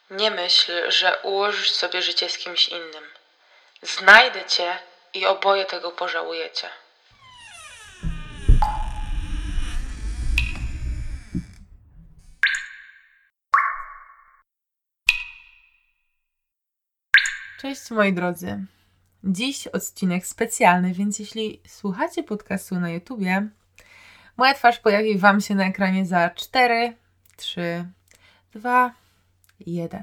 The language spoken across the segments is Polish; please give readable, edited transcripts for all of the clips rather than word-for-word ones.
Nie myśl, że ułożysz sobie życie z kimś innym. Znajdę cię i oboje tego pożałujecie. Cześć moi drodzy. Dziś odcinek specjalny, więc jeśli słuchacie podcastu na YouTubie, moja twarz pojawi Wam się na ekranie za 4, 3, 2, 1.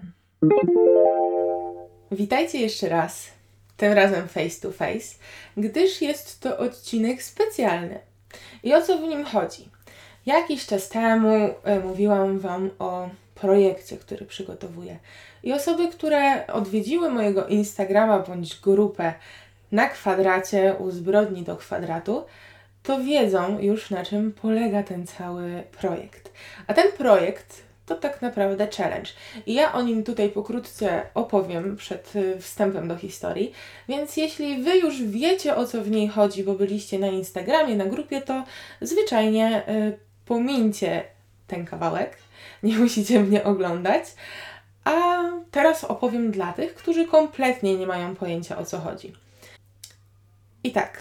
Witajcie jeszcze raz, tym razem face to face, gdyż jest to odcinek specjalny. I o co w nim chodzi? Jakiś czas temu mówiłam Wam o projekcie, który przygotowuję. I osoby, które odwiedziły mojego Instagrama bądź grupę na kwadracie u zbrodni do kwadratu, to wiedzą już, na czym polega ten cały projekt. A ten projekt to tak naprawdę challenge. I ja o nim tutaj pokrótce opowiem przed wstępem do historii, więc jeśli Wy już wiecie, o co w niej chodzi, bo byliście na Instagramie, na grupie, to zwyczajnie pomińcie ten kawałek. Nie musicie mnie oglądać. A teraz opowiem dla tych, którzy kompletnie nie mają pojęcia, o co chodzi. I tak.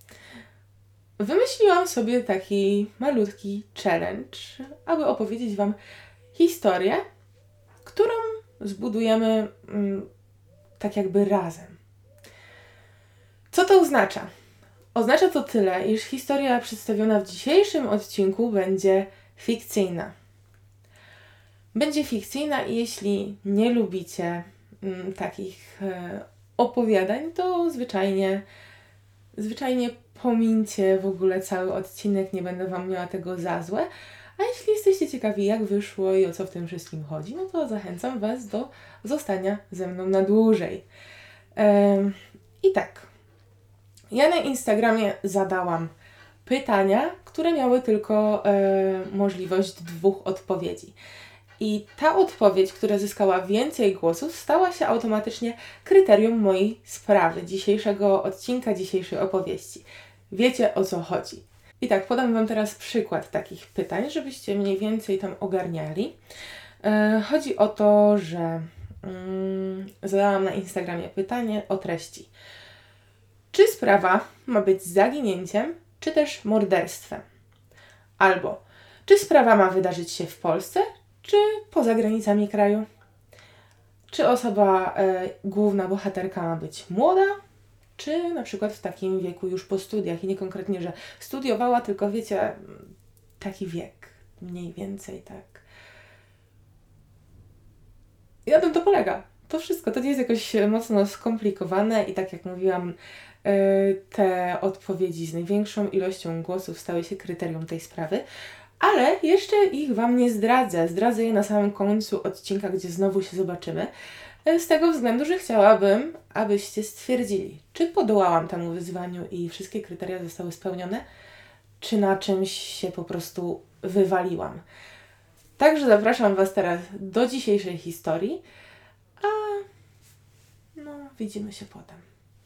Wymyśliłam sobie taki malutki challenge, aby opowiedzieć Wam historię, którą zbudujemy tak jakby razem. Co to oznacza? Oznacza to tyle, iż historia przedstawiona w dzisiejszym odcinku będzie fikcyjna. Będzie fikcyjna i jeśli nie lubicie takich opowiadań, to zwyczajnie pomińcie w ogóle cały odcinek, nie będę Wam miała tego za złe. A jeśli jesteście ciekawi, jak wyszło i o co w tym wszystkim chodzi, no to zachęcam Was do zostania ze mną na dłużej. I tak, ja na Instagramie zadałam pytania, które miały tylko możliwość 2 odpowiedzi. I ta odpowiedź, która zyskała więcej głosów, stała się automatycznie kryterium mojej sprawy, dzisiejszego odcinka, dzisiejszej opowieści. Wiecie, o co chodzi. I tak, podam Wam teraz przykład takich pytań, żebyście mniej więcej tam ogarniali. Chodzi o to, że zadałam na Instagramie pytanie o treści. Czy sprawa ma być zaginięciem, czy też morderstwem? Albo, czy sprawa ma wydarzyć się w Polsce, czy poza granicami kraju? Czy osoba, główna bohaterka ma być młoda, czy na przykład w takim wieku już po studiach i nie konkretnie, że studiowała, tylko wiecie, taki wiek, mniej więcej tak. I na tym to polega. To wszystko, to nie jest jakoś mocno skomplikowane i tak jak mówiłam, te odpowiedzi z największą ilością głosów stały się kryterium tej sprawy. Ale jeszcze ich Wam nie zdradzę. Zdradzę je na samym końcu odcinka, gdzie znowu się zobaczymy. Z tego względu, że chciałabym, abyście stwierdzili, czy podołałam temu wyzwaniu i wszystkie kryteria zostały spełnione, czy na czymś się po prostu wywaliłam. Także zapraszam Was teraz do dzisiejszej historii, a widzimy się potem.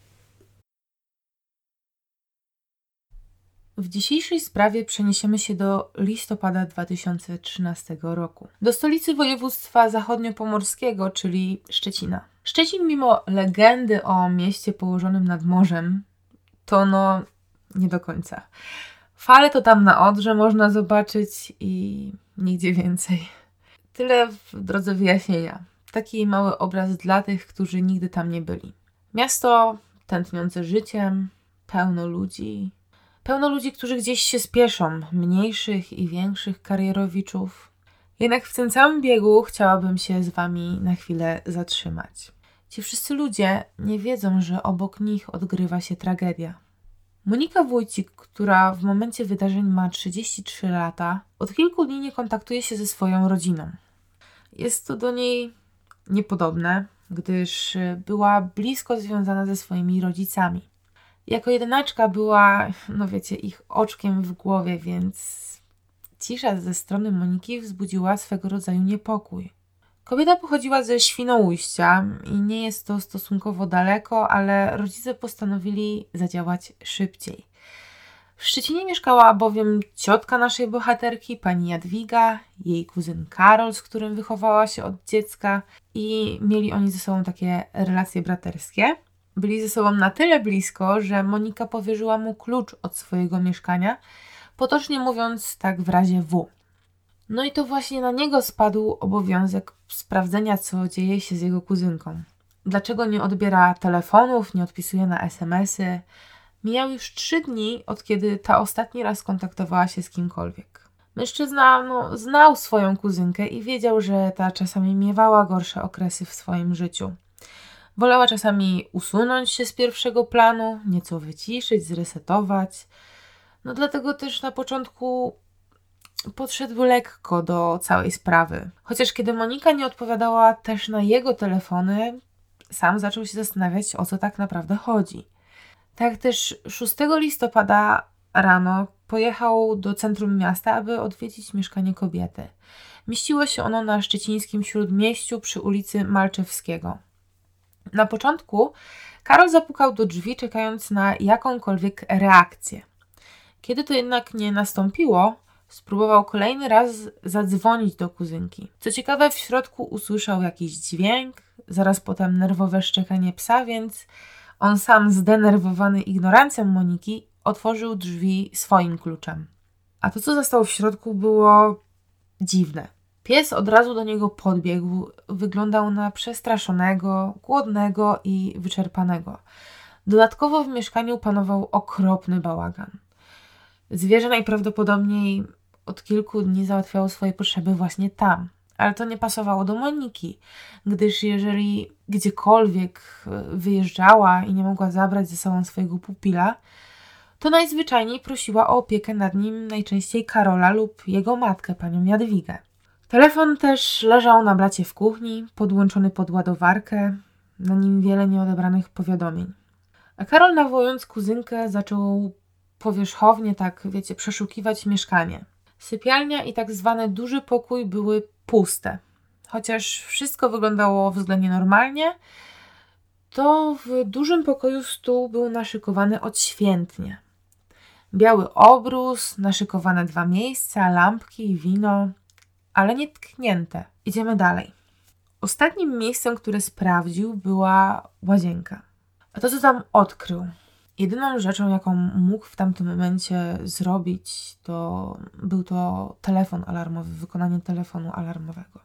W dzisiejszej sprawie przeniesiemy się do listopada 2013 roku. Do stolicy województwa zachodniopomorskiego, czyli Szczecina. Szczecin, mimo legendy o mieście położonym nad morzem, to nie do końca. Fale to tam na Odrze można zobaczyć i nigdzie więcej. Tyle w drodze wyjaśnienia. Taki mały obraz dla tych, którzy nigdy tam nie byli. Miasto tętniące życiem, pełno ludzi, którzy gdzieś się spieszą, mniejszych i większych karierowiczów. Jednak w tym całym biegu chciałabym się z Wami na chwilę zatrzymać. Ci wszyscy ludzie nie wiedzą, że obok nich odgrywa się tragedia. Monika Wójcik, która w momencie wydarzeń ma 33 lata, od kilku dni nie kontaktuje się ze swoją rodziną. Jest to do niej niepodobne, gdyż była blisko związana ze swoimi rodzicami. Jako jedynaczka była, ich oczkiem w głowie, więc cisza ze strony Moniki wzbudziła swego rodzaju niepokój. Kobieta pochodziła ze Świnoujścia i nie jest to stosunkowo daleko, ale rodzice postanowili zadziałać szybciej. W Szczecinie mieszkała bowiem ciotka naszej bohaterki, pani Jadwiga, jej kuzyn Karol, z którym wychowała się od dziecka i mieli oni ze sobą takie relacje braterskie. Byli ze sobą na tyle blisko, że Monika powierzyła mu klucz od swojego mieszkania, potocznie mówiąc tak w razie W. No i to właśnie na niego spadł obowiązek sprawdzenia, co dzieje się z jego kuzynką. Dlaczego nie odbiera telefonów, nie odpisuje na SMS-y? Mijały już 3 dni, od kiedy ta ostatni raz kontaktowała się z kimkolwiek. Mężczyzna znał swoją kuzynkę i wiedział, że ta czasami miewała gorsze okresy w swoim życiu. Wolała czasami usunąć się z pierwszego planu, nieco wyciszyć, zresetować. Dlatego też na początku podszedł lekko do całej sprawy. Chociaż kiedy Monika nie odpowiadała też na jego telefony, sam zaczął się zastanawiać, o co tak naprawdę chodzi. Tak też 6 listopada rano pojechał do centrum miasta, aby odwiedzić mieszkanie kobiety. Mieściło się ono na szczecińskim Śródmieściu przy ulicy Malczewskiego. Na początku Karol zapukał do drzwi, czekając na jakąkolwiek reakcję. Kiedy to jednak nie nastąpiło, spróbował kolejny raz zadzwonić do kuzynki. Co ciekawe, w środku usłyszał jakiś dźwięk, zaraz potem nerwowe szczekanie psa, więc on sam, zdenerwowany ignorancją Moniki, otworzył drzwi swoim kluczem. A to, co zastał w środku, było dziwne. Pies od razu do niego podbiegł, wyglądał na przestraszonego, głodnego i wyczerpanego. Dodatkowo w mieszkaniu panował okropny bałagan. Zwierzę najprawdopodobniej od kilku dni załatwiało swoje potrzeby właśnie tam. Ale to nie pasowało do Moniki, gdyż jeżeli gdziekolwiek wyjeżdżała i nie mogła zabrać ze sobą swojego pupila, to najzwyczajniej prosiła o opiekę nad nim najczęściej Karola lub jego matkę, panią Jadwigę. Telefon też leżał na blacie w kuchni, podłączony pod ładowarkę, na nim wiele nieodebranych powiadomień. A Karol, nawołując kuzynkę, zaczął powierzchownie, przeszukiwać mieszkanie. Sypialnia i tak zwany duży pokój były puste. Chociaż wszystko wyglądało względnie normalnie, to w dużym pokoju stół był naszykowany odświętnie. Biały obrus, naszykowane 2 miejsca, lampki i wino, ale nie tknięte. Idziemy dalej. Ostatnim miejscem, które sprawdził, była łazienka. A to, co tam odkrył, jedyną rzeczą, jaką mógł w tamtym momencie zrobić, był to telefon alarmowy, wykonanie telefonu alarmowego.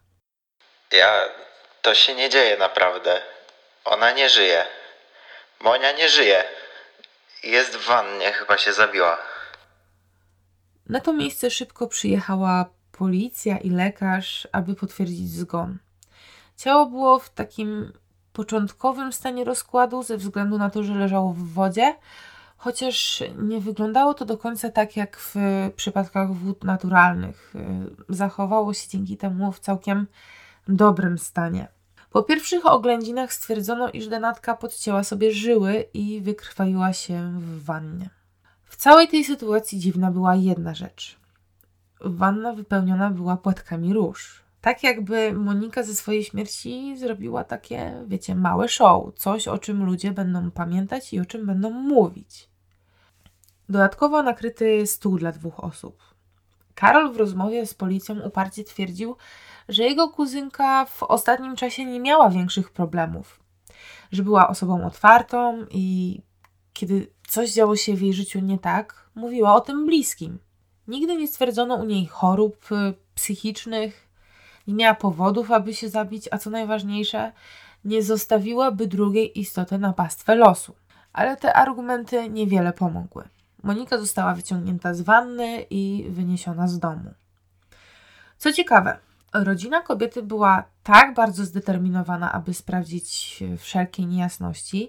To się nie dzieje naprawdę. Ona nie żyje. Monia nie żyje. Jest w wannie, chyba się zabiła. Na to miejsce szybko przyjechała policja i lekarz, aby potwierdzić zgon. Ciało było w takim początkowym stanie rozkładu ze względu na to, że leżało w wodzie, chociaż nie wyglądało to do końca tak jak w przypadkach wód naturalnych. Zachowało się dzięki temu w całkiem dobrym stanie. Po pierwszych oględzinach stwierdzono, iż denatka podcięła sobie żyły i wykrwawiła się w wannie. W całej tej sytuacji dziwna była jedna rzecz. Wanna wypełniona była płatkami róż. Tak jakby Monika ze swojej śmierci zrobiła takie, małe show. Coś, o czym ludzie będą pamiętać i o czym będą mówić. Dodatkowo nakryty stół dla 2 osób. Karol w rozmowie z policją uparcie twierdził, że jego kuzynka w ostatnim czasie nie miała większych problemów. Że była osobą otwartą i kiedy coś działo się w jej życiu nie tak, mówiła o tym bliskim. Nigdy nie stwierdzono u niej chorób psychicznych, nie miała powodów, aby się zabić, a co najważniejsze, nie zostawiłaby drugiej istoty na pastwę losu. Ale te argumenty niewiele pomogły. Monika została wyciągnięta z wanny i wyniesiona z domu. Co ciekawe, rodzina kobiety była tak bardzo zdeterminowana, aby sprawdzić wszelkie niejasności,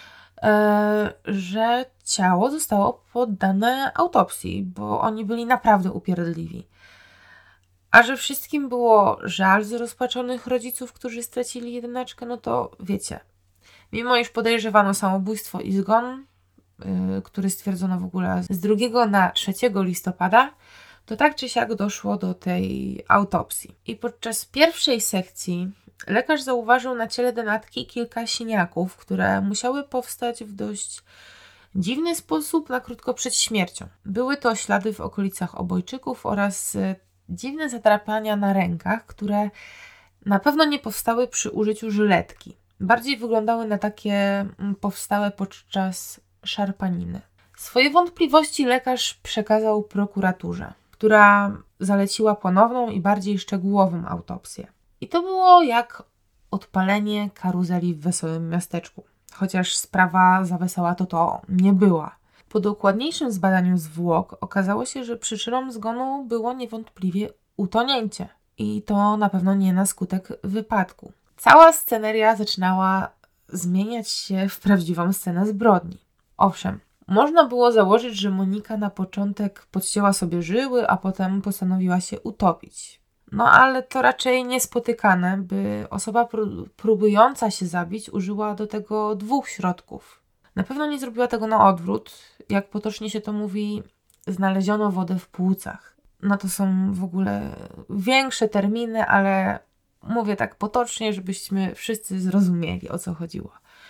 że ciało zostało poddane autopsji, bo oni byli naprawdę upierdliwi. A że wszystkim było żal zrozpaczonych rodziców, którzy stracili jedyneczkę, to wiecie. Mimo iż podejrzewano samobójstwo i zgon, który stwierdzono w ogóle z 2 na 3 listopada, to tak czy siak doszło do tej autopsji. I podczas pierwszej sekcji lekarz zauważył na ciele denatki kilka siniaków, które musiały powstać w dość dziwny sposób na krótko przed śmiercią. Były to ślady w okolicach obojczyków oraz dziwne zadrapania na rękach, które na pewno nie powstały przy użyciu żyletki. Bardziej wyglądały na takie powstałe podczas szarpaniny. Swoje wątpliwości lekarz przekazał prokuraturze, która zaleciła ponowną i bardziej szczegółową autopsję. I to było jak odpalenie karuzeli w wesołym miasteczku. Chociaż sprawa za wesoła to nie była. Po dokładniejszym zbadaniu zwłok okazało się, że przyczyną zgonu było niewątpliwie utonięcie. I to na pewno nie na skutek wypadku. Cała sceneria zaczynała zmieniać się w prawdziwą scenę zbrodni. Owszem, można było założyć, że Monika na początek podcięła sobie żyły, a potem postanowiła się utopić. No ale to raczej niespotykane, by osoba próbująca się zabić użyła do tego 2 środków. Na pewno nie zrobiła tego na odwrót. Jak potocznie się to mówi, znaleziono wodę w płucach. No to są w ogóle większe terminy, ale mówię tak potocznie, żebyśmy wszyscy zrozumieli, o co chodziło.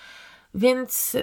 Więc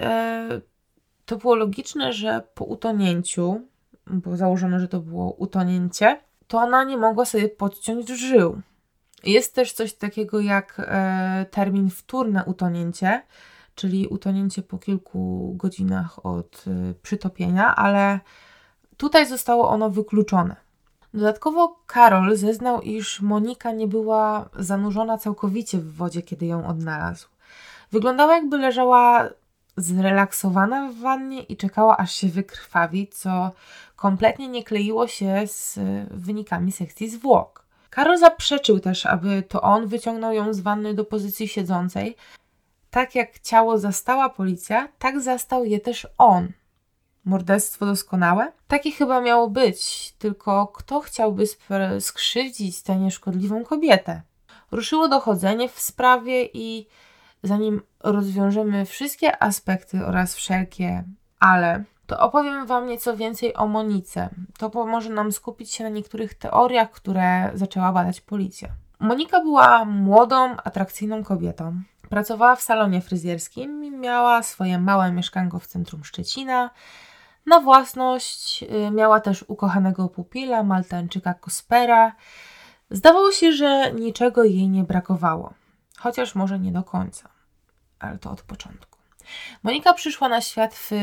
to było logiczne, że po utonięciu, bo założono, że to było utonięcie, to ona nie mogła sobie podciąć żył. Jest też coś takiego jak termin wtórne utonięcie, czyli utonięcie po kilku godzinach od przytopienia, ale tutaj zostało ono wykluczone. Dodatkowo Karol zeznał, iż Monika nie była zanurzona całkowicie w wodzie, kiedy ją odnalazł. Wyglądała, jakby leżała zrelaksowana w wannie i czekała, aż się wykrwawi, co kompletnie nie kleiło się z wynikami sekcji zwłok. Karol zaprzeczył też, aby to on wyciągnął ją z wanny do pozycji siedzącej. Tak jak ciało zastała policja, tak zastał je też on. Morderstwo doskonałe? Takie chyba miało być, tylko kto chciałby skrzywdzić tę nieszkodliwą kobietę? Ruszyło dochodzenie w sprawie i zanim rozwiążemy wszystkie aspekty oraz wszelkie ale, to opowiem Wam nieco więcej o Monice. To pomoże nam skupić się na niektórych teoriach, które zaczęła badać policja. Monika była młodą, atrakcyjną kobietą. Pracowała w salonie fryzjerskim i miała swoje małe mieszkanko w centrum Szczecina. Na własność miała też ukochanego pupila, Maltańczyka Kospera. Zdawało się, że niczego jej nie brakowało. Chociaż może nie do końca. Ale to od początku. Monika przyszła na świat w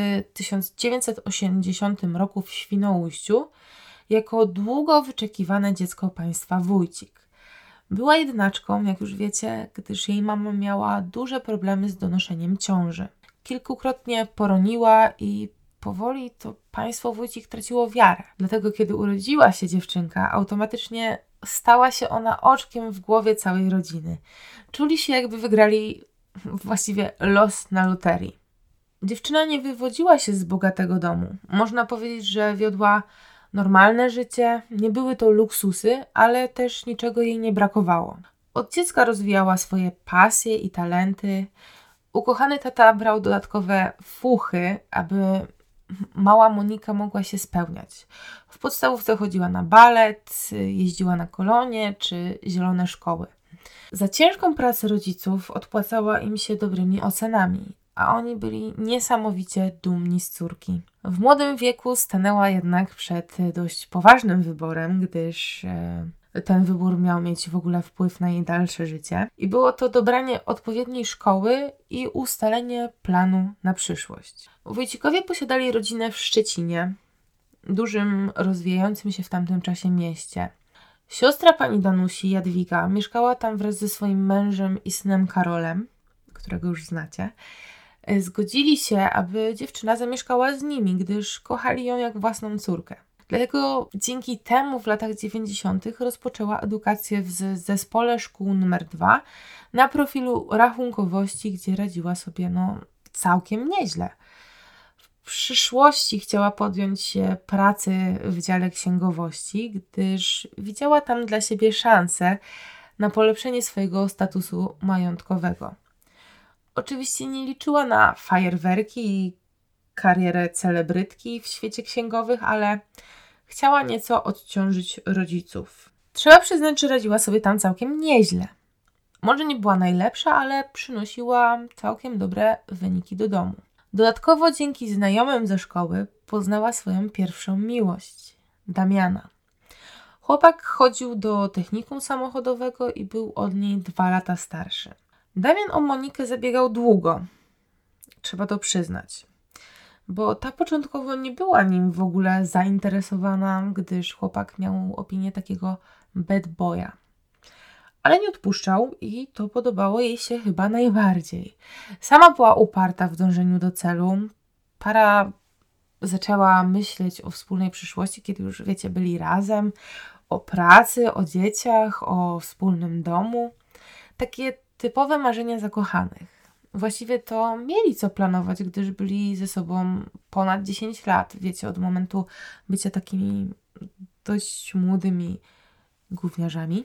1980 roku w Świnoujściu jako długo wyczekiwane dziecko państwa Wójcik. Była jednaczką, jak już wiecie, gdyż jej mama miała duże problemy z donoszeniem ciąży. Kilkukrotnie poroniła i powoli to państwo Wójcik traciło wiarę. Dlatego kiedy urodziła się dziewczynka, automatycznie stała się ona oczkiem w głowie całej rodziny. Czuli się, jakby wygrali właściwie los na loterii. Dziewczyna nie wywodziła się z bogatego domu. Można powiedzieć, że wiodła normalne życie, nie były to luksusy, ale też niczego jej nie brakowało. Od dziecka rozwijała swoje pasje i talenty. Ukochany tata brał dodatkowe fuchy, aby mała Monika mogła się spełniać. W podstawówce chodziła na balet, jeździła na kolonie czy zielone szkoły. Za ciężką pracę rodziców odpłacała im się dobrymi ocenami, a oni byli niesamowicie dumni z córki. W młodym wieku stanęła jednak przed dość poważnym wyborem, gdyż ten wybór miał mieć w ogóle wpływ na jej dalsze życie. I było to dobranie odpowiedniej szkoły i ustalenie planu na przyszłość. Wójcikowie posiadali rodzinę w Szczecinie, dużym, rozwijającym się w tamtym czasie mieście. Siostra pani Danusi, Jadwiga, mieszkała tam wraz ze swoim mężem i synem Karolem, którego już znacie. Zgodzili się, aby dziewczyna zamieszkała z nimi, gdyż kochali ją jak własną córkę. Dlatego dzięki temu w latach 90. rozpoczęła edukację w zespole szkół nr 2 na profilu rachunkowości, gdzie radziła sobie całkiem nieźle. W przyszłości chciała podjąć się pracy w dziale księgowości, gdyż widziała tam dla siebie szansę na polepszenie swojego statusu majątkowego. Oczywiście nie liczyła na fajerwerki i karierę celebrytki w świecie księgowych, ale chciała nieco odciążyć rodziców. Trzeba przyznać, że radziła sobie tam całkiem nieźle. Może nie była najlepsza, ale przynosiła całkiem dobre wyniki do domu. Dodatkowo dzięki znajomym ze szkoły poznała swoją pierwszą miłość, Damiana. Chłopak chodził do technikum samochodowego i był od niej 2 lata starszy. Damian o Monikę zabiegał długo, trzeba to przyznać, bo ta początkowo nie była nim w ogóle zainteresowana, gdyż chłopak miał opinię takiego bad boya. Ale nie odpuszczał i to podobało jej się chyba najbardziej. Sama była uparta w dążeniu do celu. Para zaczęła myśleć o wspólnej przyszłości, kiedy już, wiecie, byli razem, o pracy, o dzieciach, o wspólnym domu. Takie typowe marzenia zakochanych. Właściwie to mieli co planować, gdyż byli ze sobą ponad 10 lat. Wiecie, od momentu bycia takimi dość młodymi gówniarzami,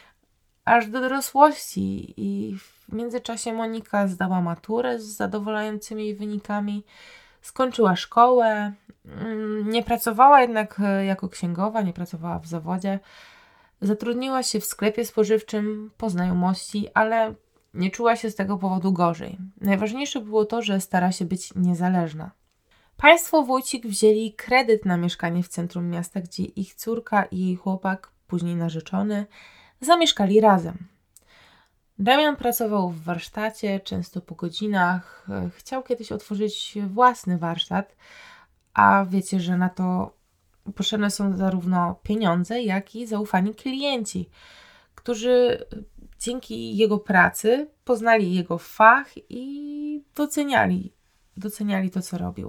aż do dorosłości. I w międzyczasie Monika zdała maturę z zadowalającymi wynikami, skończyła szkołę, nie pracowała jednak jako księgowa, nie pracowała w zawodzie. Zatrudniła się w sklepie spożywczym po znajomości, ale nie czuła się z tego powodu gorzej. Najważniejsze było to, że stara się być niezależna. Państwo Wójcik wzięli kredyt na mieszkanie w centrum miasta, gdzie ich córka i jej chłopak, później narzeczony, zamieszkali razem. Damian pracował w warsztacie, często po godzinach. Chciał kiedyś otworzyć własny warsztat, a wiecie, że na to potrzebne są zarówno pieniądze, jak i zaufani klienci, którzy dzięki jego pracy poznali jego fach i doceniali to, co robił.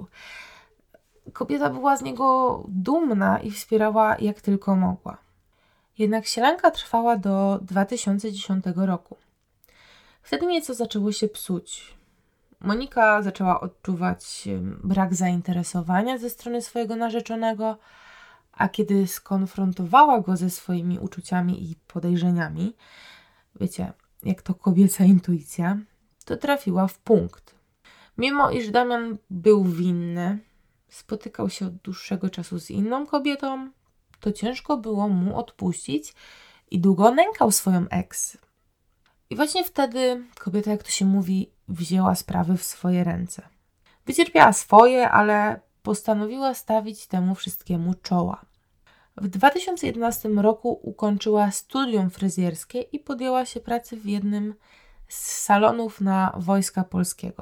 Kobieta była z niego dumna i wspierała jak tylko mogła. Jednak sielanka trwała do 2010 roku. Wtedy nieco zaczęło się psuć. Monika zaczęła odczuwać brak zainteresowania ze strony swojego narzeczonego, a kiedy skonfrontowała go ze swoimi uczuciami i podejrzeniami, wiecie, jak to kobieca intuicja, to trafiła w punkt. Mimo iż Damian był winny, spotykał się od dłuższego czasu z inną kobietą, to ciężko było mu odpuścić i długo nękał swoją ex. I właśnie wtedy kobieta, jak to się mówi, wzięła sprawy w swoje ręce. Wycierpiała swoje, ale postanowiła stawić temu wszystkiemu czoła. W 2011 roku ukończyła studium fryzjerskie i podjęła się pracy w jednym z salonów na Wojska Polskiego.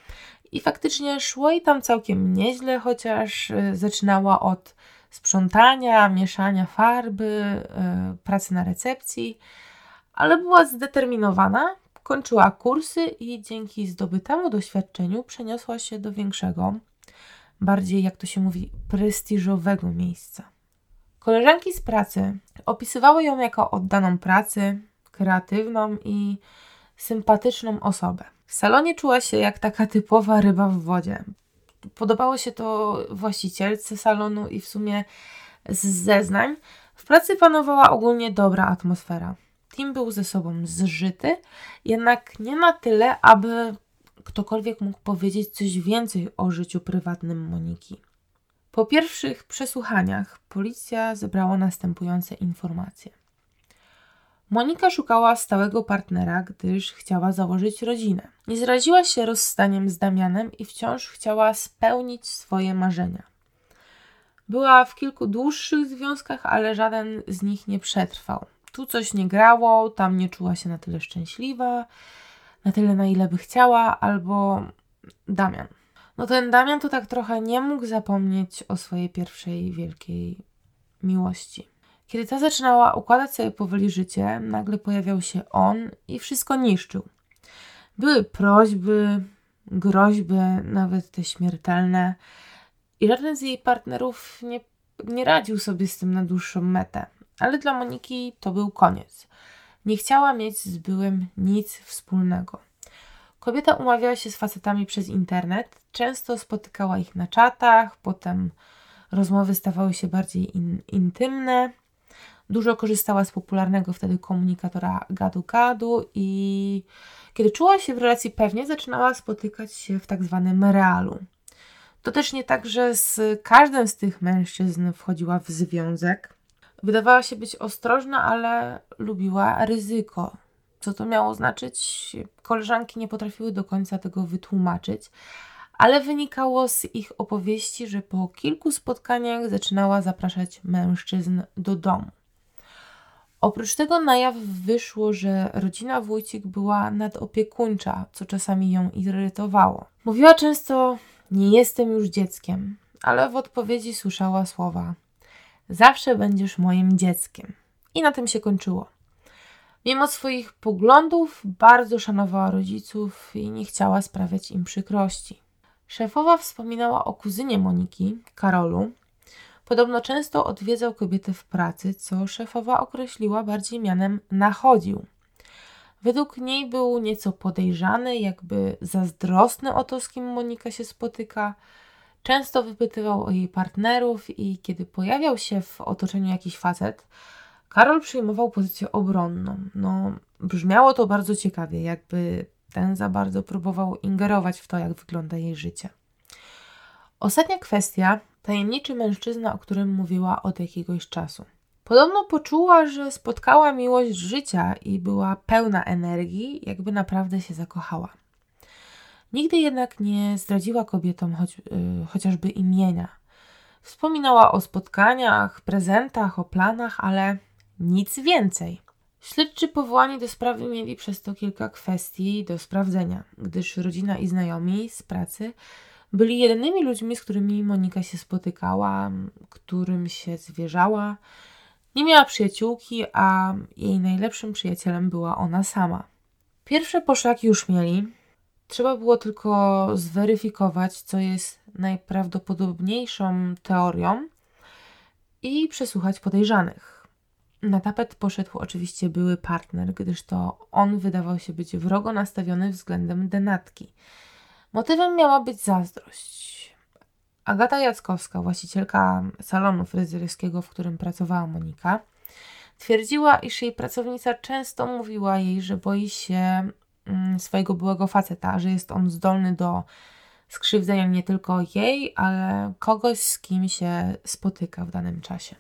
I faktycznie szło jej tam całkiem nieźle, chociaż zaczynała od sprzątania, mieszania farby, pracy na recepcji, ale była zdeterminowana, kończyła kursy i dzięki zdobytemu doświadczeniu przeniosła się do większego, bardziej, jak to się mówi, prestiżowego miejsca. Koleżanki z pracy opisywały ją jako oddaną pracy, kreatywną i sympatyczną osobę. W salonie czuła się jak taka typowa ryba w wodzie. Podobało się to właścicielce salonu i w sumie z zeznań w pracy panowała ogólnie dobra atmosfera. Team był ze sobą zżyty, jednak nie na tyle, aby ktokolwiek mógł powiedzieć coś więcej o życiu prywatnym Moniki. Po pierwszych przesłuchaniach policja zebrała następujące informacje. Monika szukała stałego partnera, gdyż chciała założyć rodzinę. Nie zraziła się rozstaniem z Damianem i wciąż chciała spełnić swoje marzenia. Była w kilku dłuższych związkach, ale żaden z nich nie przetrwał. Tu coś nie grało, tam nie czuła się na tyle szczęśliwa, na tyle, na ile by chciała, albo Damian. No ten Damian to tak trochę nie mógł zapomnieć o swojej pierwszej wielkiej miłości. Kiedy ta zaczynała układać sobie powoli życie, nagle pojawiał się on i wszystko niszczył. Były prośby, groźby, nawet te śmiertelne i żaden z jej partnerów nie radził sobie z tym na dłuższą metę. Ale dla Moniki to był koniec. Nie chciała mieć z byłym nic wspólnego. Kobieta umawiała się z facetami przez internet, często spotykała ich na czatach, potem rozmowy stawały się bardziej intymne. Dużo korzystała z popularnego wtedy komunikatora gadu-gadu i kiedy czuła się w relacji pewnie, zaczynała spotykać się w tak zwanym realu. To też nie tak, że z każdym z tych mężczyzn wchodziła w związek. Wydawała się być ostrożna, ale lubiła ryzyko. Co to miało znaczyć? Koleżanki nie potrafiły do końca tego wytłumaczyć, ale wynikało z ich opowieści, że po kilku spotkaniach zaczynała zapraszać mężczyzn do domu. Oprócz tego na jaw wyszło, że rodzina Wójcik była nadopiekuńcza, co czasami ją irytowało. Mówiła często: nie jestem już dzieckiem, ale w odpowiedzi słyszała słowa: zawsze będziesz moim dzieckiem. I na tym się kończyło. Mimo swoich poglądów bardzo szanowała rodziców i nie chciała sprawiać im przykrości. Szefowa wspominała o kuzynie Moniki, Karolu. Podobno często odwiedzał kobietę w pracy, co szefowa określiła bardziej mianem nachodził. Według niej był nieco podejrzany, jakby zazdrosny o to, z kim Monika się spotyka. Często wypytywał o jej partnerów i kiedy pojawiał się w otoczeniu jakiś facet, Karol przyjmował pozycję obronną. Brzmiało to bardzo ciekawie, jakby ten za bardzo próbował ingerować w to, jak wygląda jej życie. Ostatnia kwestia, tajemniczy mężczyzna, o którym mówiła od jakiegoś czasu. Podobno poczuła, że spotkała miłość życia i była pełna energii, jakby naprawdę się zakochała. Nigdy jednak nie zdradziła kobietom chociażby imienia. Wspominała o spotkaniach, prezentach, o planach, ale nic więcej. Śledczy powołani do sprawy mieli przez to kilka kwestii do sprawdzenia, gdyż rodzina i znajomi z pracy byli jedynymi ludźmi, z którymi Monika się spotykała, którym się zwierzała. Nie miała przyjaciółki, a jej najlepszym przyjacielem była ona sama. Pierwsze poszlaki już mieli. Trzeba było tylko zweryfikować, co jest najprawdopodobniejszą teorią i przesłuchać podejrzanych. Na tapet poszedł oczywiście były partner, gdyż to on wydawał się być wrogo nastawiony względem denatki. Motywem miała być zazdrość. Agata Jackowska, właścicielka salonu fryzjerskiego, w którym pracowała Monika, twierdziła, iż jej pracownica często mówiła jej, że boi się swojego byłego faceta, że jest on zdolny do skrzywdzenia nie tylko jej, ale kogoś, z kim się spotyka w danym czasie.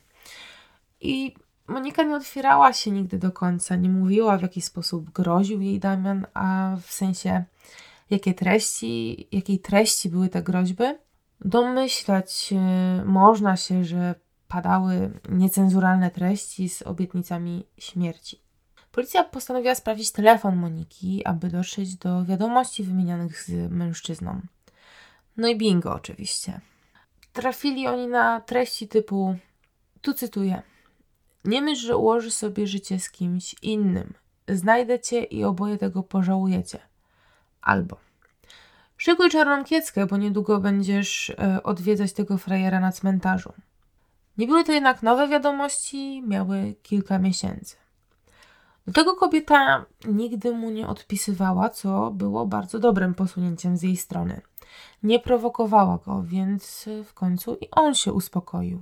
I Monika nie otwierała się nigdy do końca, nie mówiła, w jaki sposób groził jej Damian, a w sensie jakiej treści były te groźby. Domyślać można się, że padały niecenzuralne treści z obietnicami śmierci. Policja postanowiła sprawdzić telefon Moniki, aby dotrzeć do wiadomości wymienianych z mężczyzną. No i bingo oczywiście. Trafili oni na treści typu, tu cytuję: nie myśl, że ułożysz sobie życie z kimś innym. Znajdę cię i oboje tego pożałujecie. Albo szykuj czarną kieckę, bo niedługo będziesz odwiedzać tego frajera na cmentarzu. Nie były to jednak nowe wiadomości, miały kilka miesięcy. Do tego kobieta nigdy mu nie odpisywała, co było bardzo dobrym posunięciem z jej strony. Nie prowokowała go, więc w końcu i on się uspokoił.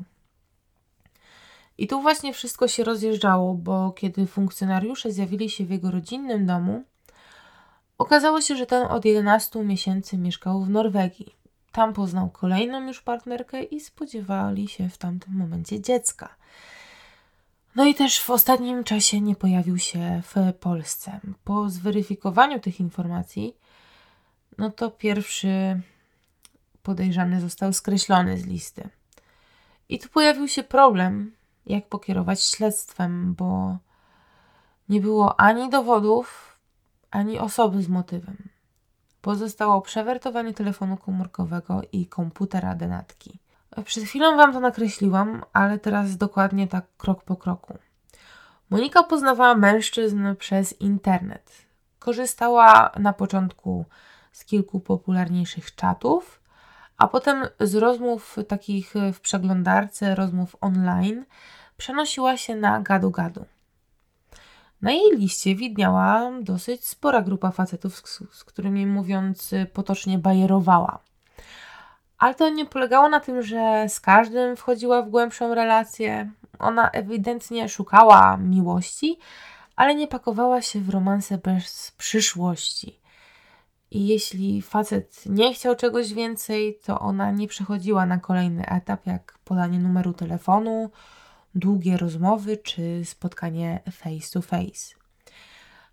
I tu właśnie wszystko się rozjeżdżało, bo kiedy funkcjonariusze zjawili się w jego rodzinnym domu, okazało się, że ten od 11 miesięcy mieszkał w Norwegii. Tam poznał kolejną już partnerkę i spodziewali się w tamtym momencie dziecka. No i też w ostatnim czasie nie pojawił się w Polsce. Po zweryfikowaniu tych informacji, no to pierwszy podejrzany został skreślony z listy. I tu pojawił się problem, jak pokierować śledztwem, bo nie było ani dowodów, ani osoby z motywem. Pozostało przewertowanie telefonu komórkowego i komputera denatki. Przed chwilą Wam to nakreśliłam, ale teraz dokładnie tak krok po kroku. Monika poznawała mężczyzn przez internet. Korzystała na początku z kilku popularniejszych czatów, a potem z rozmów takich w przeglądarce, rozmów online, przenosiła się na gadu-gadu. Na jej liście widniała dosyć spora grupa facetów, z którymi, mówiąc potocznie, bajerowała. Ale to nie polegało na tym, że z każdym wchodziła w głębszą relację. Ona ewidentnie szukała miłości, ale nie pakowała się w romanse bez przyszłości. I jeśli facet nie chciał czegoś więcej, to ona nie przechodziła na kolejny etap, jak podanie numeru telefonu, długie rozmowy czy spotkanie face to face.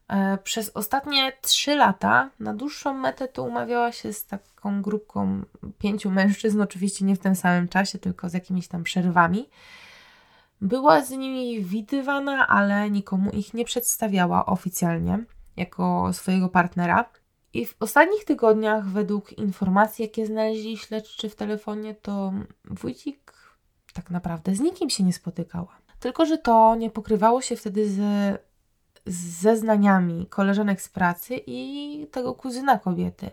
Przez ostatnie 3 lata na dłuższą metę to umawiała się z taką grupką 5 mężczyzn, oczywiście nie w tym samym czasie, tylko z jakimiś tam przerwami. Była z nimi widywana, ale nikomu ich nie przedstawiała oficjalnie jako swojego partnera. I w ostatnich tygodniach, według informacji, jakie znaleźli śledczy w telefonie, to Wójcik tak naprawdę z nikim się nie spotykała. Tylko że to nie pokrywało się wtedy z zeznaniami koleżanek z pracy i tego kuzyna kobiety.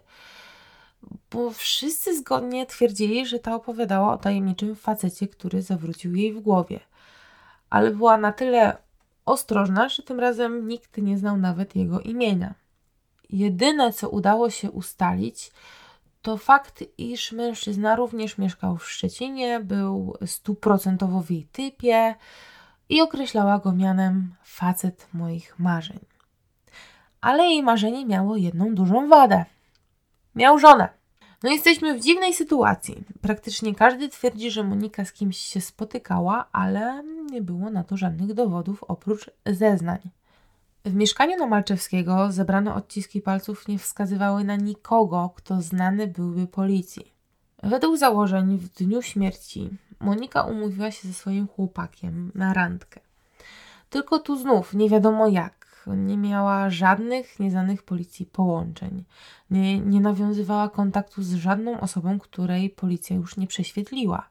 Bo wszyscy zgodnie twierdzili, że ta opowiadała o tajemniczym facecie, który zawrócił jej w głowie. Ale była na tyle ostrożna, że tym razem nikt nie znał nawet jego imienia. Jedyne, co udało się ustalić, to fakt, iż mężczyzna również mieszkał w Szczecinie, był 100% w jej typie i określała go mianem facet moich marzeń. Ale jej marzenie miało jedną dużą wadę. Miał żonę. No jesteśmy w dziwnej sytuacji. Praktycznie każdy twierdzi, że Monika z kimś się spotykała, ale nie było na to żadnych dowodów oprócz zeznań. W mieszkaniu na Malczewskiego zebrane odciski palców nie wskazywały na nikogo, kto znany byłby policji. Według założeń w dniu śmierci Monika umówiła się ze swoim chłopakiem na randkę. Tylko tu znów nie wiadomo jak. Nie miała żadnych nieznanych policji połączeń. Nie nawiązywała kontaktu z żadną osobą, której policja już nie prześwietliła.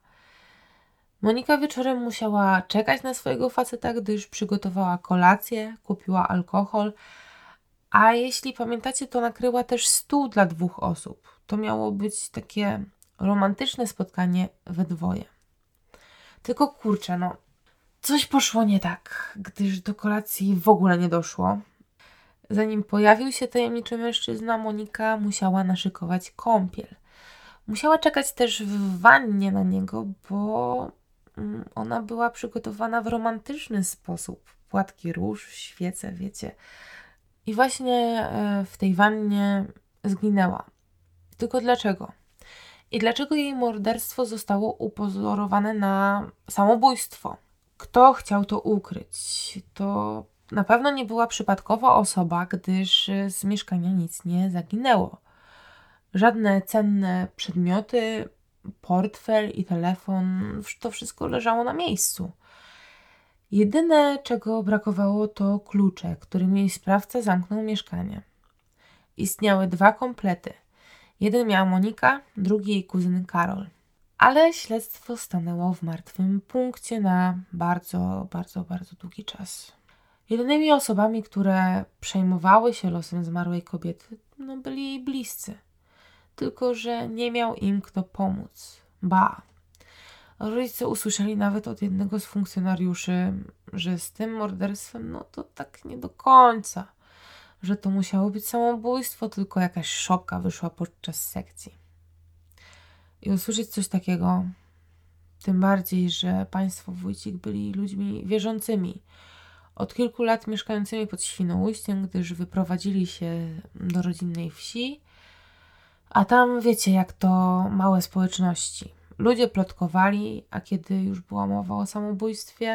Monika wieczorem musiała czekać na swojego faceta, gdyż przygotowała kolację, kupiła alkohol, a jeśli pamiętacie, to nakryła też stół dla 2 osób. To miało być takie romantyczne spotkanie we dwoje. Tylko kurczę, coś poszło nie tak, gdyż do kolacji w ogóle nie doszło. Zanim pojawił się tajemniczy mężczyzna, Monika musiała naszykować kąpiel. Musiała czekać też w wannie na niego, bo ona była przygotowana w romantyczny sposób. Płatki róż, świece, wiecie. I właśnie w tej wannie zginęła. Tylko dlaczego? I dlaczego jej morderstwo zostało upozorowane na samobójstwo? Kto chciał to ukryć? To na pewno nie była przypadkowa osoba, gdyż z mieszkania nic nie zaginęło. Żadne cenne przedmioty, portfel i telefon, to wszystko leżało na miejscu. Jedyne, czego brakowało, to klucze, którymi jej sprawca zamknął mieszkanie. Istniały 2 komplety. Jeden miała Monika, drugi jej kuzyn Karol. Ale śledztwo stanęło w martwym punkcie na bardzo, bardzo, bardzo długi czas. Jedynymi osobami, które przejmowały się losem zmarłej kobiety, byli jej bliscy. Tylko że nie miał im kto pomóc. Ba! Rodzice usłyszeli nawet od jednego z funkcjonariuszy, że z tym morderstwem, to tak nie do końca. Że to musiało być samobójstwo, tylko jakaś szopka wyszła podczas sekcji. I usłyszeć coś takiego, tym bardziej, że państwo Wójcik byli ludźmi wierzącymi. Od kilku lat mieszkającymi pod Świnoujściem, gdyż wyprowadzili się do rodzinnej wsi, a tam wiecie, jak to małe społeczności. Ludzie plotkowali, a kiedy już była mowa o samobójstwie,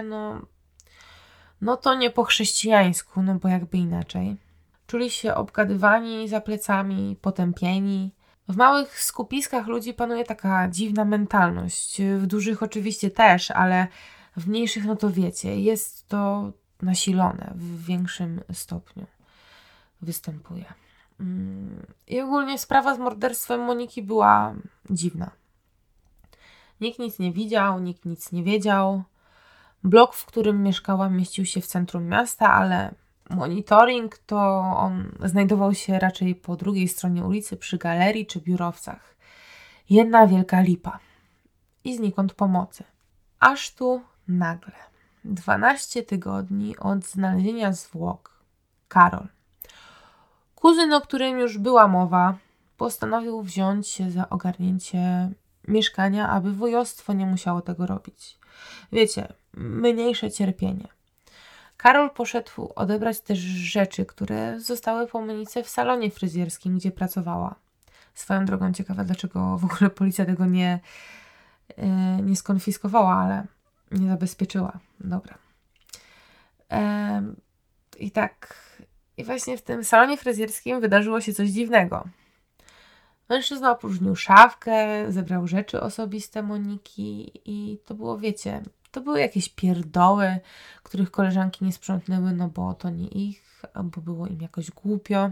to nie po chrześcijańsku, bo jakby inaczej. Czuli się obgadywani za plecami, potępieni. W małych skupiskach ludzi panuje taka dziwna mentalność. W dużych oczywiście też, ale w mniejszych, to wiecie, jest to nasilone w większym stopniu. Występuje. I ogólnie sprawa z morderstwem Moniki była dziwna. Nikt nic nie widział, nikt nic nie wiedział. Blok, w którym mieszkała, mieścił się w centrum miasta, ale monitoring to on znajdował się raczej po drugiej stronie ulicy, przy galerii czy biurowcach. Jedna wielka lipa. I znikąd pomocy. Aż tu nagle, 12 tygodni od znalezienia zwłok, Karol, kuzyn, o którym już była mowa, postanowił wziąć się za ogarnięcie mieszkania, aby wujostwo nie musiało tego robić. Wiecie, mniejsze cierpienie. Karol poszedł odebrać też rzeczy, które zostały po Monice w salonie fryzjerskim, gdzie pracowała. Swoją drogą ciekawe, dlaczego w ogóle policja tego nie skonfiskowała, ale nie zabezpieczyła. Dobra. I tak I właśnie w tym salonie fryzjerskim wydarzyło się coś dziwnego. Mężczyzna opróżnił szafkę, zebrał rzeczy osobiste Moniki i to było, wiecie, to były jakieś pierdoły, których koleżanki nie sprzątnęły, no bo to nie ich, albo było im jakoś głupio.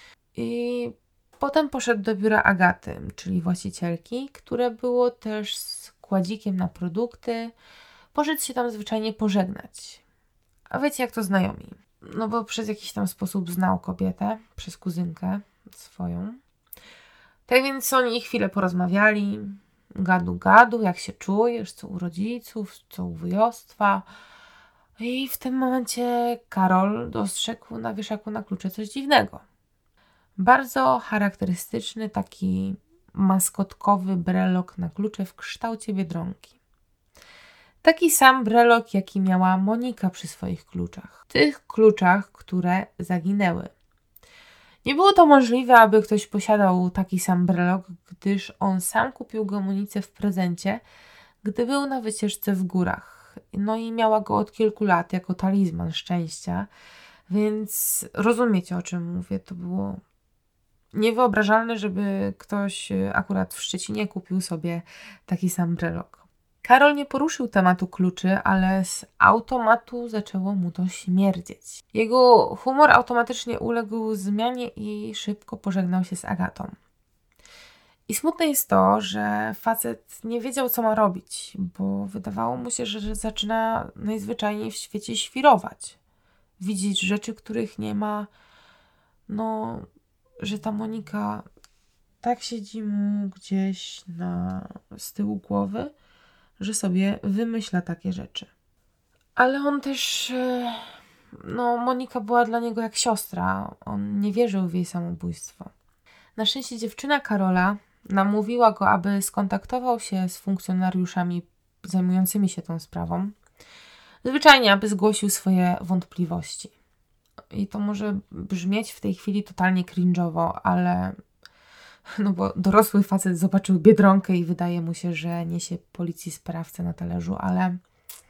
I potem poszedł do biura Agaty, czyli właścicielki, które było też składzikiem na produkty. Poszedł się tam zwyczajnie pożegnać. A wiecie, jak to znajomi. No bo przez jakiś tam sposób znał kobietę, przez kuzynkę swoją. Tak więc oni chwilę porozmawiali, gadu, jak się czujesz, co u rodziców, co u wujostwa. I w tym momencie Karol dostrzegł na wieszaku na klucze coś dziwnego. Bardzo charakterystyczny, taki maskotkowy brelok na klucze w kształcie biedronki. Taki sam brelok, jaki miała Monika przy swoich kluczach. Tych kluczach, które zaginęły. Nie było to możliwe, aby ktoś posiadał taki sam brelok, gdyż on sam kupił go Monice w prezencie, gdy był na wycieczce w górach. No i miała go od kilku lat jako talizman szczęścia, więc rozumiecie, o czym mówię. To było niewyobrażalne, żeby ktoś akurat w Szczecinie kupił sobie taki sam brelok. Karol nie poruszył tematu kluczy, ale z automatu zaczęło mu to śmierdzieć. Jego humor automatycznie uległ zmianie i szybko pożegnał się z Agatą. I smutne jest to, że facet nie wiedział, co ma robić, bo wydawało mu się, że zaczyna najzwyczajniej w świecie świrować. Widzieć rzeczy, których nie ma. No, że ta Monika tak siedzi mu gdzieś z tyłu głowy, że sobie wymyśla takie rzeczy. Ale on też, Monika była dla niego jak siostra. On nie wierzył w jej samobójstwo. Na szczęście dziewczyna Karola namówiła go, aby skontaktował się z funkcjonariuszami zajmującymi się tą sprawą. Zwyczajnie, aby zgłosił swoje wątpliwości. I to może brzmieć w tej chwili totalnie cringe'owo, ale no bo dorosły facet zobaczył biedronkę i wydaje mu się, że niesie policji sprawcę na talerzu, ale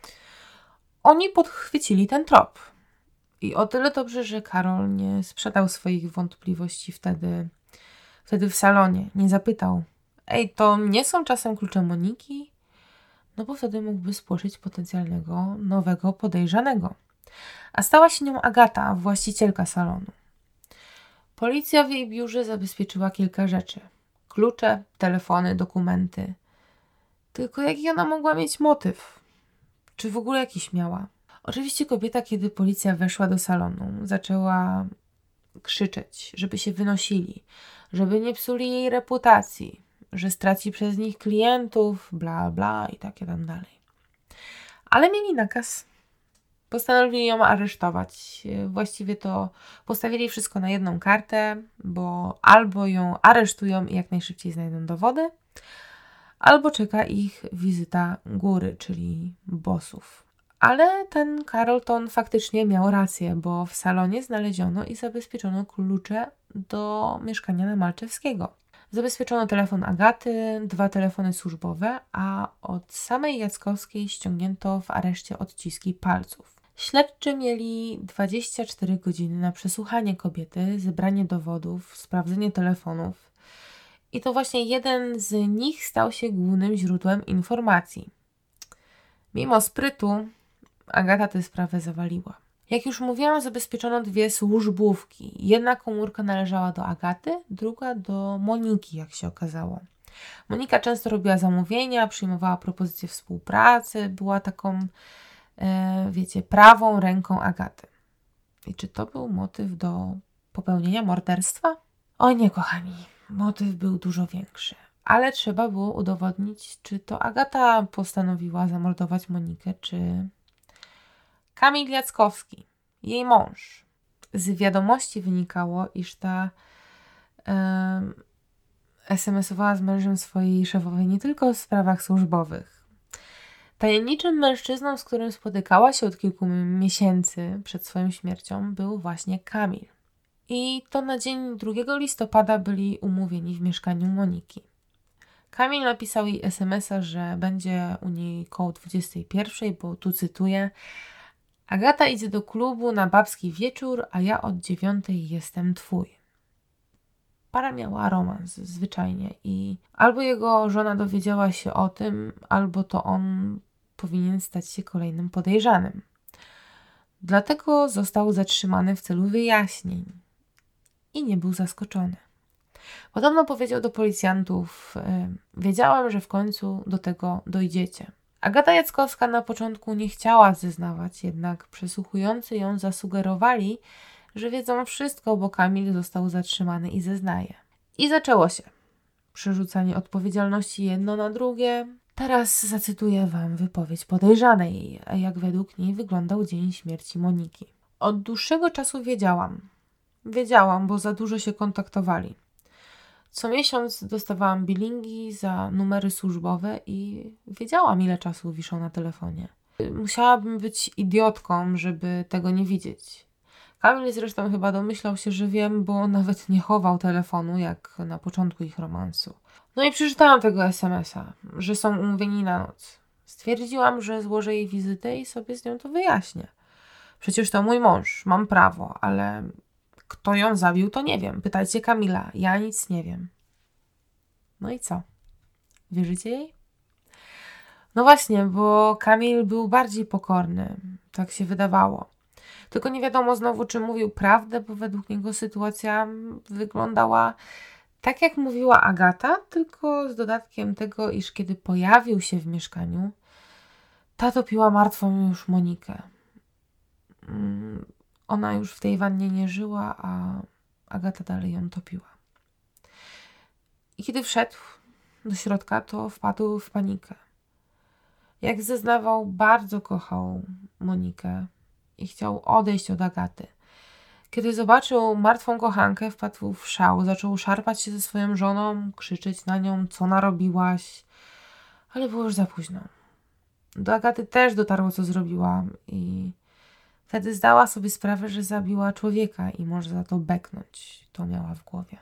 oni podchwycili ten trop. I o tyle dobrze, że Karol nie sprzedał swoich wątpliwości wtedy w salonie. Nie zapytał: ej, to nie są czasem klucze Moniki? No bo wtedy mógłby spłoszyć potencjalnego nowego podejrzanego. A stała się nią Agata, właścicielka salonu. Policja w jej biurze zabezpieczyła kilka rzeczy. Klucze, telefony, dokumenty. Tylko jaki ona mogła mieć motyw? Czy w ogóle jakiś miała? Oczywiście kobieta, kiedy policja weszła do salonu, zaczęła krzyczeć, żeby się wynosili, żeby nie psuli jej reputacji, że straci przez nich klientów, bla, bla i takie tam dalej. Ale mieli nakaz. Postanowili ją aresztować. Właściwie to postawili wszystko na jedną kartę, bo albo ją aresztują i jak najszybciej znajdą dowody, albo czeka ich wizyta góry, czyli bossów. Ale ten Karol to on faktycznie miał rację, bo w salonie znaleziono i zabezpieczono klucze do mieszkania na Malczewskiego. Zabezpieczono telefon Agaty, 2 telefony służbowe, a od samej Jackowskiej ściągnięto w areszcie odciski palców. Śledczy mieli 24 godziny na przesłuchanie kobiety, zebranie dowodów, sprawdzenie telefonów. I to właśnie jeden z nich stał się głównym źródłem informacji. Mimo sprytu, Agata tę sprawę zawaliła. Jak już mówiłam, zabezpieczono 2 służbówki. Jedna komórka należała do Agaty, druga do Moniki, jak się okazało. Monika często robiła zamówienia, przyjmowała propozycje współpracy, była taką, prawą ręką Agaty. I czy to był motyw do popełnienia morderstwa? O nie, kochani, motyw był dużo większy. Ale trzeba było udowodnić, czy to Agata postanowiła zamordować Monikę, czy Kamil Jackowski, jej mąż. Z wiadomości wynikało, iż ta SMS-owała z mężem swojej szefowej nie tylko w sprawach służbowych. Tajemniczym mężczyzną, z którym spotykała się od kilku miesięcy przed swoją śmiercią, był właśnie Kamil. I to na dzień 2 listopada byli umówieni w mieszkaniu Moniki. Kamil napisał jej SMS-a, że będzie u niej koło 21, bo tu cytuję: Agata idzie do klubu na babski wieczór, a ja od 9 jestem twój. Para miała romans, zwyczajnie, i albo jego żona dowiedziała się o tym, albo to on powinien stać się kolejnym podejrzanym. Dlatego został zatrzymany w celu wyjaśnień i nie był zaskoczony. Podobno powiedział do policjantów: wiedziałem, że w końcu do tego dojdziecie. Agata Jackowska na początku nie chciała zeznawać, jednak przesłuchujący ją zasugerowali, że wiedzą wszystko, bo Kamil został zatrzymany i zeznaje. I zaczęło się przerzucanie odpowiedzialności jedno na drugie. Teraz zacytuję wam wypowiedź podejrzanej, jak według niej wyglądał dzień śmierci Moniki. Od dłuższego czasu wiedziałam, bo za dużo się kontaktowali. Co miesiąc dostawałam bilingi za numery służbowe i wiedziałam, ile czasu wiszą na telefonie. Musiałabym być idiotką, żeby tego nie widzieć. Kamil zresztą chyba domyślał się, że wiem, bo nawet nie chował telefonu, jak na początku ich romansu. No i przeczytałam tego SMS-a, że są umówieni na noc. Stwierdziłam, że złożę jej wizytę i sobie z nią to wyjaśnię. Przecież to mój mąż, mam prawo, ale kto ją zabił, to nie wiem. Pytajcie Kamila, ja nic nie wiem. No i co? Wierzycie jej? No właśnie, bo Kamil był bardziej pokorny. Tak się wydawało. Tylko nie wiadomo znowu, czy mówił prawdę, bo według niego sytuacja wyglądała tak, jak mówiła Agata, tylko z dodatkiem tego, iż kiedy pojawił się w mieszkaniu, ta topiła martwą już Monikę. Ona już w tej wannie nie żyła, a Agata dalej ją topiła. I kiedy wszedł do środka, to wpadł w panikę. Jak zeznawał, bardzo kochał Monikę i chciał odejść od Agaty. Kiedy zobaczył martwą kochankę, wpadł w szał. Zaczął szarpać się ze swoją żoną, krzyczeć na nią: co narobiłaś? Ale było już za późno. Do Agaty też dotarło, co zrobiła, i wtedy zdała sobie sprawę, że zabiła człowieka i może za to beknąć. To miała w głowie.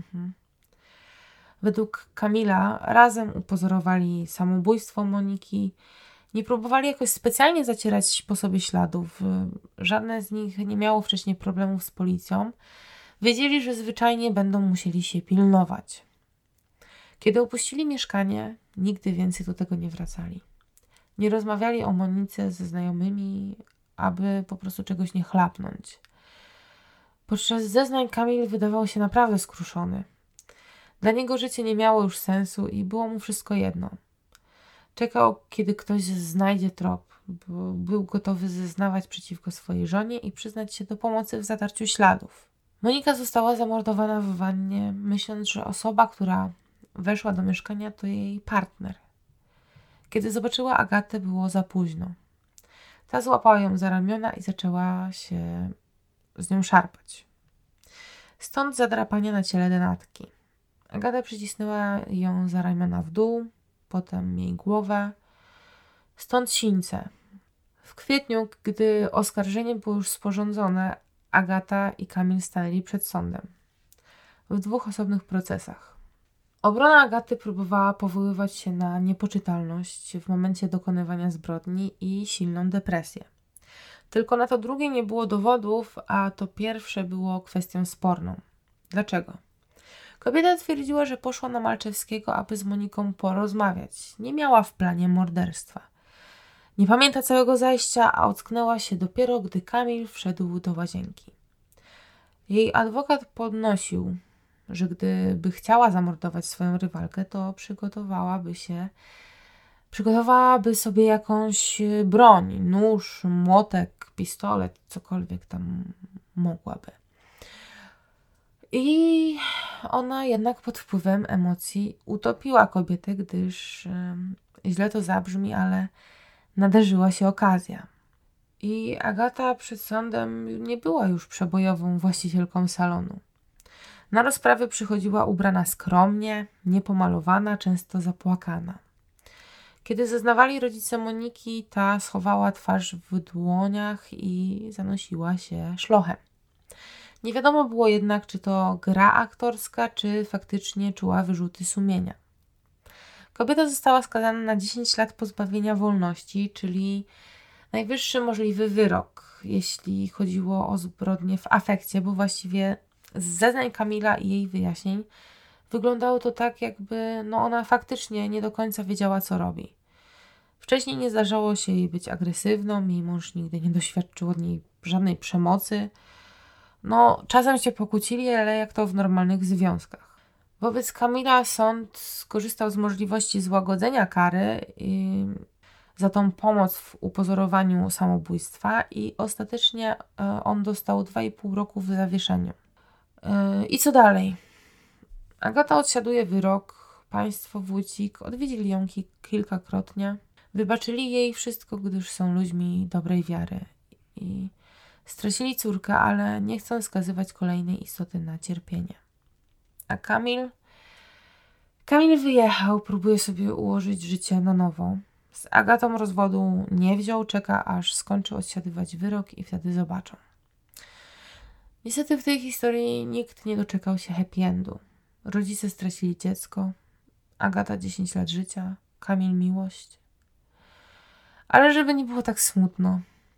Według Kamila razem upozorowali samobójstwo Moniki. Nie próbowali jakoś specjalnie zacierać po sobie śladów. Żadne z nich nie miało wcześniej problemów z policją. Wiedzieli, że zwyczajnie będą musieli się pilnować. Kiedy opuścili mieszkanie, nigdy więcej do tego nie wracali. Nie rozmawiali o Monice ze znajomymi, aby po prostu czegoś nie chlapnąć. Podczas zeznań Kamil wydawał się naprawdę skruszony. Dla niego życie nie miało już sensu i było mu wszystko jedno. Czekał, kiedy ktoś znajdzie trop, bo był gotowy zeznawać przeciwko swojej żonie i przyznać się do pomocy w zatarciu śladów. Monika została zamordowana w wannie, myśląc, że osoba, która weszła do mieszkania, to jej partner. Kiedy zobaczyła Agatę, było za późno. Ta złapała ją za ramiona i zaczęła się z nią szarpać. Stąd zadrapania na ciele denatki. Agata przycisnęła ją za ramiona w dół, potem jej głowę. Stąd sińce. W kwietniu, gdy oskarżenie było już sporządzone, Agata i Kamil stanęli przed sądem. W 2 osobnych procesach. Obrona Agaty próbowała powoływać się na niepoczytalność w momencie dokonywania zbrodni i silną depresję. Tylko na to drugie nie było dowodów, a to pierwsze było kwestią sporną. Dlaczego? Kobieta twierdziła, że poszła na Malczewskiego, aby z Moniką porozmawiać. Nie miała w planie morderstwa. Nie pamięta całego zajścia, a ocknęła się dopiero, gdy Kamil wszedł do łazienki. Jej adwokat podnosił, że gdyby chciała zamordować swoją rywalkę, to przygotowałaby sobie jakąś broń, nóż, młotek, pistolet, cokolwiek tam mogłaby. I ona jednak pod wpływem emocji utopiła kobietę, gdyż źle to zabrzmi, ale nadarzyła się okazja. I Agata przed sądem nie była już przebojową właścicielką salonu. Na rozprawy przychodziła ubrana skromnie, niepomalowana, często zapłakana. Kiedy zeznawali rodzice Moniki, ta schowała twarz w dłoniach i zanosiła się szlochem. Nie wiadomo było jednak, czy to gra aktorska, czy faktycznie czuła wyrzuty sumienia. Kobieta została skazana na 10 lat pozbawienia wolności, czyli najwyższy możliwy wyrok, jeśli chodziło o zbrodnie w afekcie, bo właściwie z zeznań Kamila i jej wyjaśnień wyglądało to tak, jakby ona faktycznie nie do końca wiedziała, co robi. Wcześniej nie zdarzało się jej być agresywną, jej mąż nigdy nie doświadczył od niej żadnej przemocy. Czasem się pokłócili, ale jak to w normalnych związkach. Wobec Kamila sąd skorzystał z możliwości złagodzenia kary za tą pomoc w upozorowaniu samobójstwa i ostatecznie on dostał 2,5 roku w zawieszeniu. I co dalej? Agata odsiaduje wyrok. Państwo Wójcik odwiedzili ją kilkakrotnie. Wybaczyli jej wszystko, gdyż są ludźmi dobrej wiary. I stracili córkę, ale nie chcą skazywać kolejnej istoty na cierpienie. A Kamil wyjechał, próbuje sobie ułożyć życie na nowo. Z Agatą rozwodu nie wziął, czeka aż skończy odsiadywać wyrok i wtedy zobaczą. Niestety w tej historii nikt nie doczekał się happy endu. Rodzice stracili dziecko, Agata 10 lat życia, Kamil miłość. Ale żeby nie było tak smutno.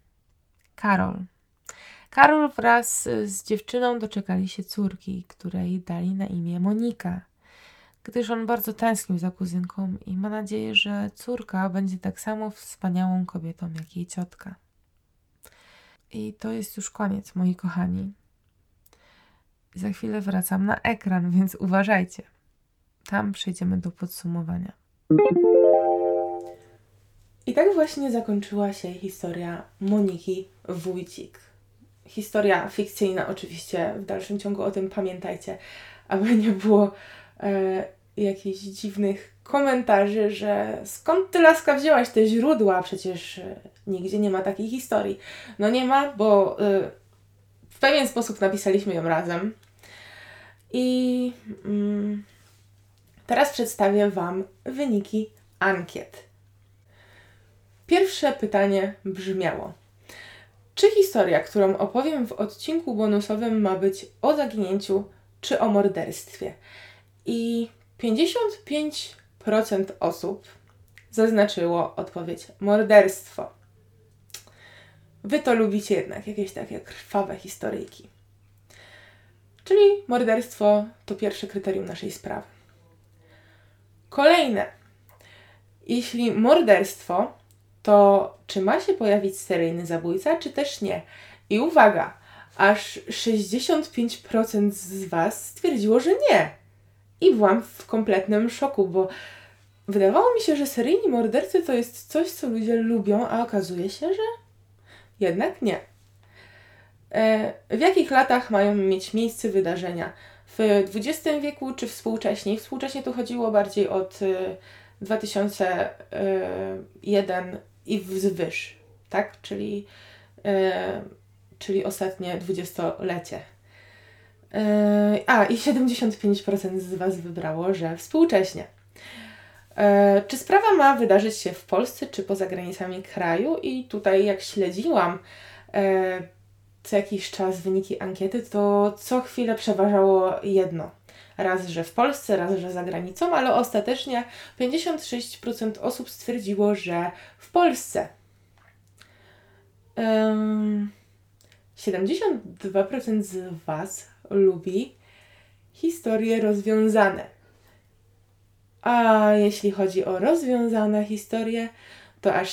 Karol wraz z dziewczyną doczekali się córki, której dali na imię Monika, gdyż on bardzo tęsknił za kuzynką i ma nadzieję, że córka będzie tak samo wspaniałą kobietą jak jej ciotka. I to jest już koniec, moi kochani. Za chwilę wracam na ekran, więc uważajcie. Tam przejdziemy do podsumowania. I tak właśnie zakończyła się historia Moniki Wójcik. Historia fikcyjna oczywiście, w dalszym ciągu o tym pamiętajcie, aby nie było jakichś dziwnych komentarzy, że skąd ty, laska, wzięłaś te źródła, przecież nigdzie nie ma takiej historii. Nie ma, bo w pewien sposób napisaliśmy ją razem. I teraz przedstawię Wam wyniki ankiet. Pierwsze pytanie brzmiało: czy historia, którą opowiem w odcinku bonusowym, ma być o zaginięciu czy o morderstwie? I 55% osób zaznaczyło odpowiedź morderstwo. Wy to lubicie jednak jakieś takie krwawe historyjki. Czyli morderstwo to pierwsze kryterium naszej sprawy. Kolejne. Jeśli morderstwo, to czy ma się pojawić seryjny zabójca, czy też nie? I uwaga, aż 65% z Was stwierdziło, że nie. I byłam w kompletnym szoku, bo wydawało mi się, że seryjni mordercy to jest coś, co ludzie lubią, a okazuje się, że jednak nie. W jakich latach mają mieć miejsce wydarzenia? W XX wieku czy współcześnie? Współcześnie to chodziło bardziej od 2001 i wzwyż, tak? Czyli ostatnie dwudziestolecie. I 75% z Was wybrało, że współcześnie. Czy sprawa ma wydarzyć się w Polsce, czy poza granicami kraju? I tutaj, jak śledziłam co jakiś czas wyniki ankiety, to co chwilę przeważało jedno. Raz, że w Polsce, raz, że za granicą, ale ostatecznie 56% osób stwierdziło, że w Polsce. 72% z Was lubi historie rozwiązane. A jeśli chodzi o rozwiązane historie, to aż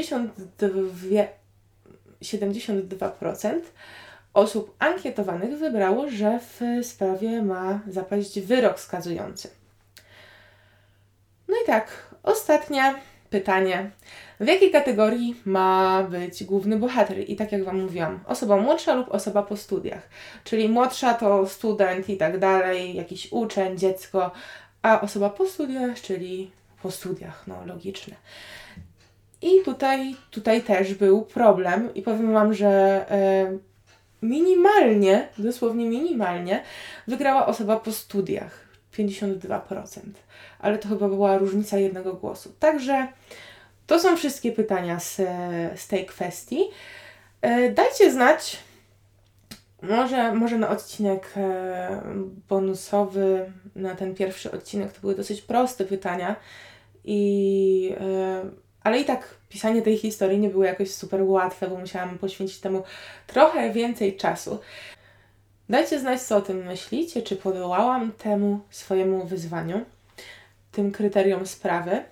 72% osób ankietowanych wybrało, że w sprawie ma zapaść wyrok skazujący. No i tak, ostatnie pytanie. W jakiej kategorii ma być główny bohater? I tak jak Wam mówiłam, osoba młodsza lub osoba po studiach. Czyli młodsza to student i tak dalej, jakiś uczeń, dziecko, a osoba po studiach, czyli po studiach, logiczne. I tutaj też był problem i powiem Wam, że minimalnie, dosłownie minimalnie wygrała osoba po studiach, 52%, ale to chyba była różnica jednego głosu. Także to są wszystkie pytania z tej kwestii. Dajcie znać, może na odcinek bonusowy, na ten pierwszy odcinek to były dosyć proste pytania i Ale i tak pisanie tej historii nie było jakoś super łatwe, bo musiałam poświęcić temu trochę więcej czasu. Dajcie znać, co o tym myślicie, czy podołałam temu swojemu wyzwaniu, tym kryterium sprawy.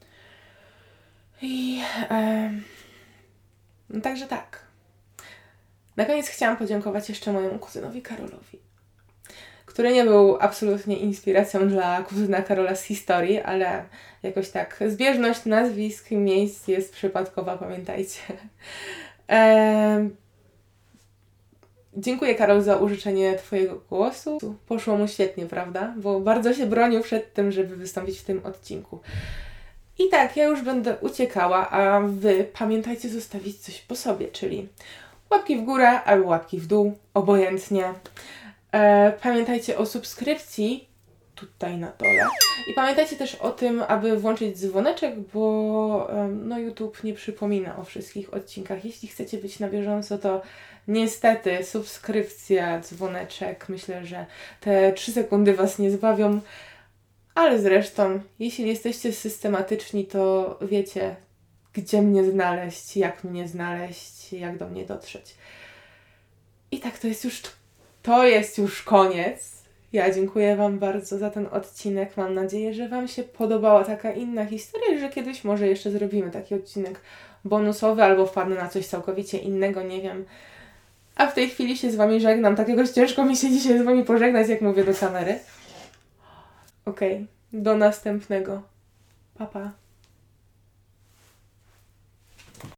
I no także tak. Na koniec chciałam podziękować jeszcze mojemu kuzynowi Karolowi, który nie był absolutnie inspiracją dla kuzyna Karola z historii, ale jakoś tak zbieżność nazwisk i miejsc jest przypadkowa, pamiętajcie. Dziękuję, Karol, za użyczenie Twojego głosu. Poszło mu świetnie, prawda? Bo bardzo się bronił przed tym, żeby wystąpić w tym odcinku. I tak, ja już będę uciekała, a Wy pamiętajcie zostawić coś po sobie, czyli łapki w górę albo łapki w dół, obojętnie. Pamiętajcie o subskrypcji tutaj na dole. I pamiętajcie też o tym, aby włączyć dzwoneczek, bo no YouTube nie przypomina o wszystkich odcinkach. Jeśli chcecie być na bieżąco, to niestety subskrypcja, dzwoneczek, myślę, że te 3 sekundy Was nie zbawią. Ale zresztą, jeśli jesteście systematyczni, to wiecie, gdzie mnie znaleźć, jak do mnie dotrzeć. I tak, to jest już koniec. Ja dziękuję Wam bardzo za ten odcinek. Mam nadzieję, że Wam się podobała taka inna historia, że kiedyś może jeszcze zrobimy taki odcinek bonusowy albo wpadnę na coś całkowicie innego, nie wiem. A w tej chwili się z Wami żegnam. Tak jakoś ciężko mi się dzisiaj z Wami pożegnać, jak mówię do kamery. Okej, do następnego. Pa, pa.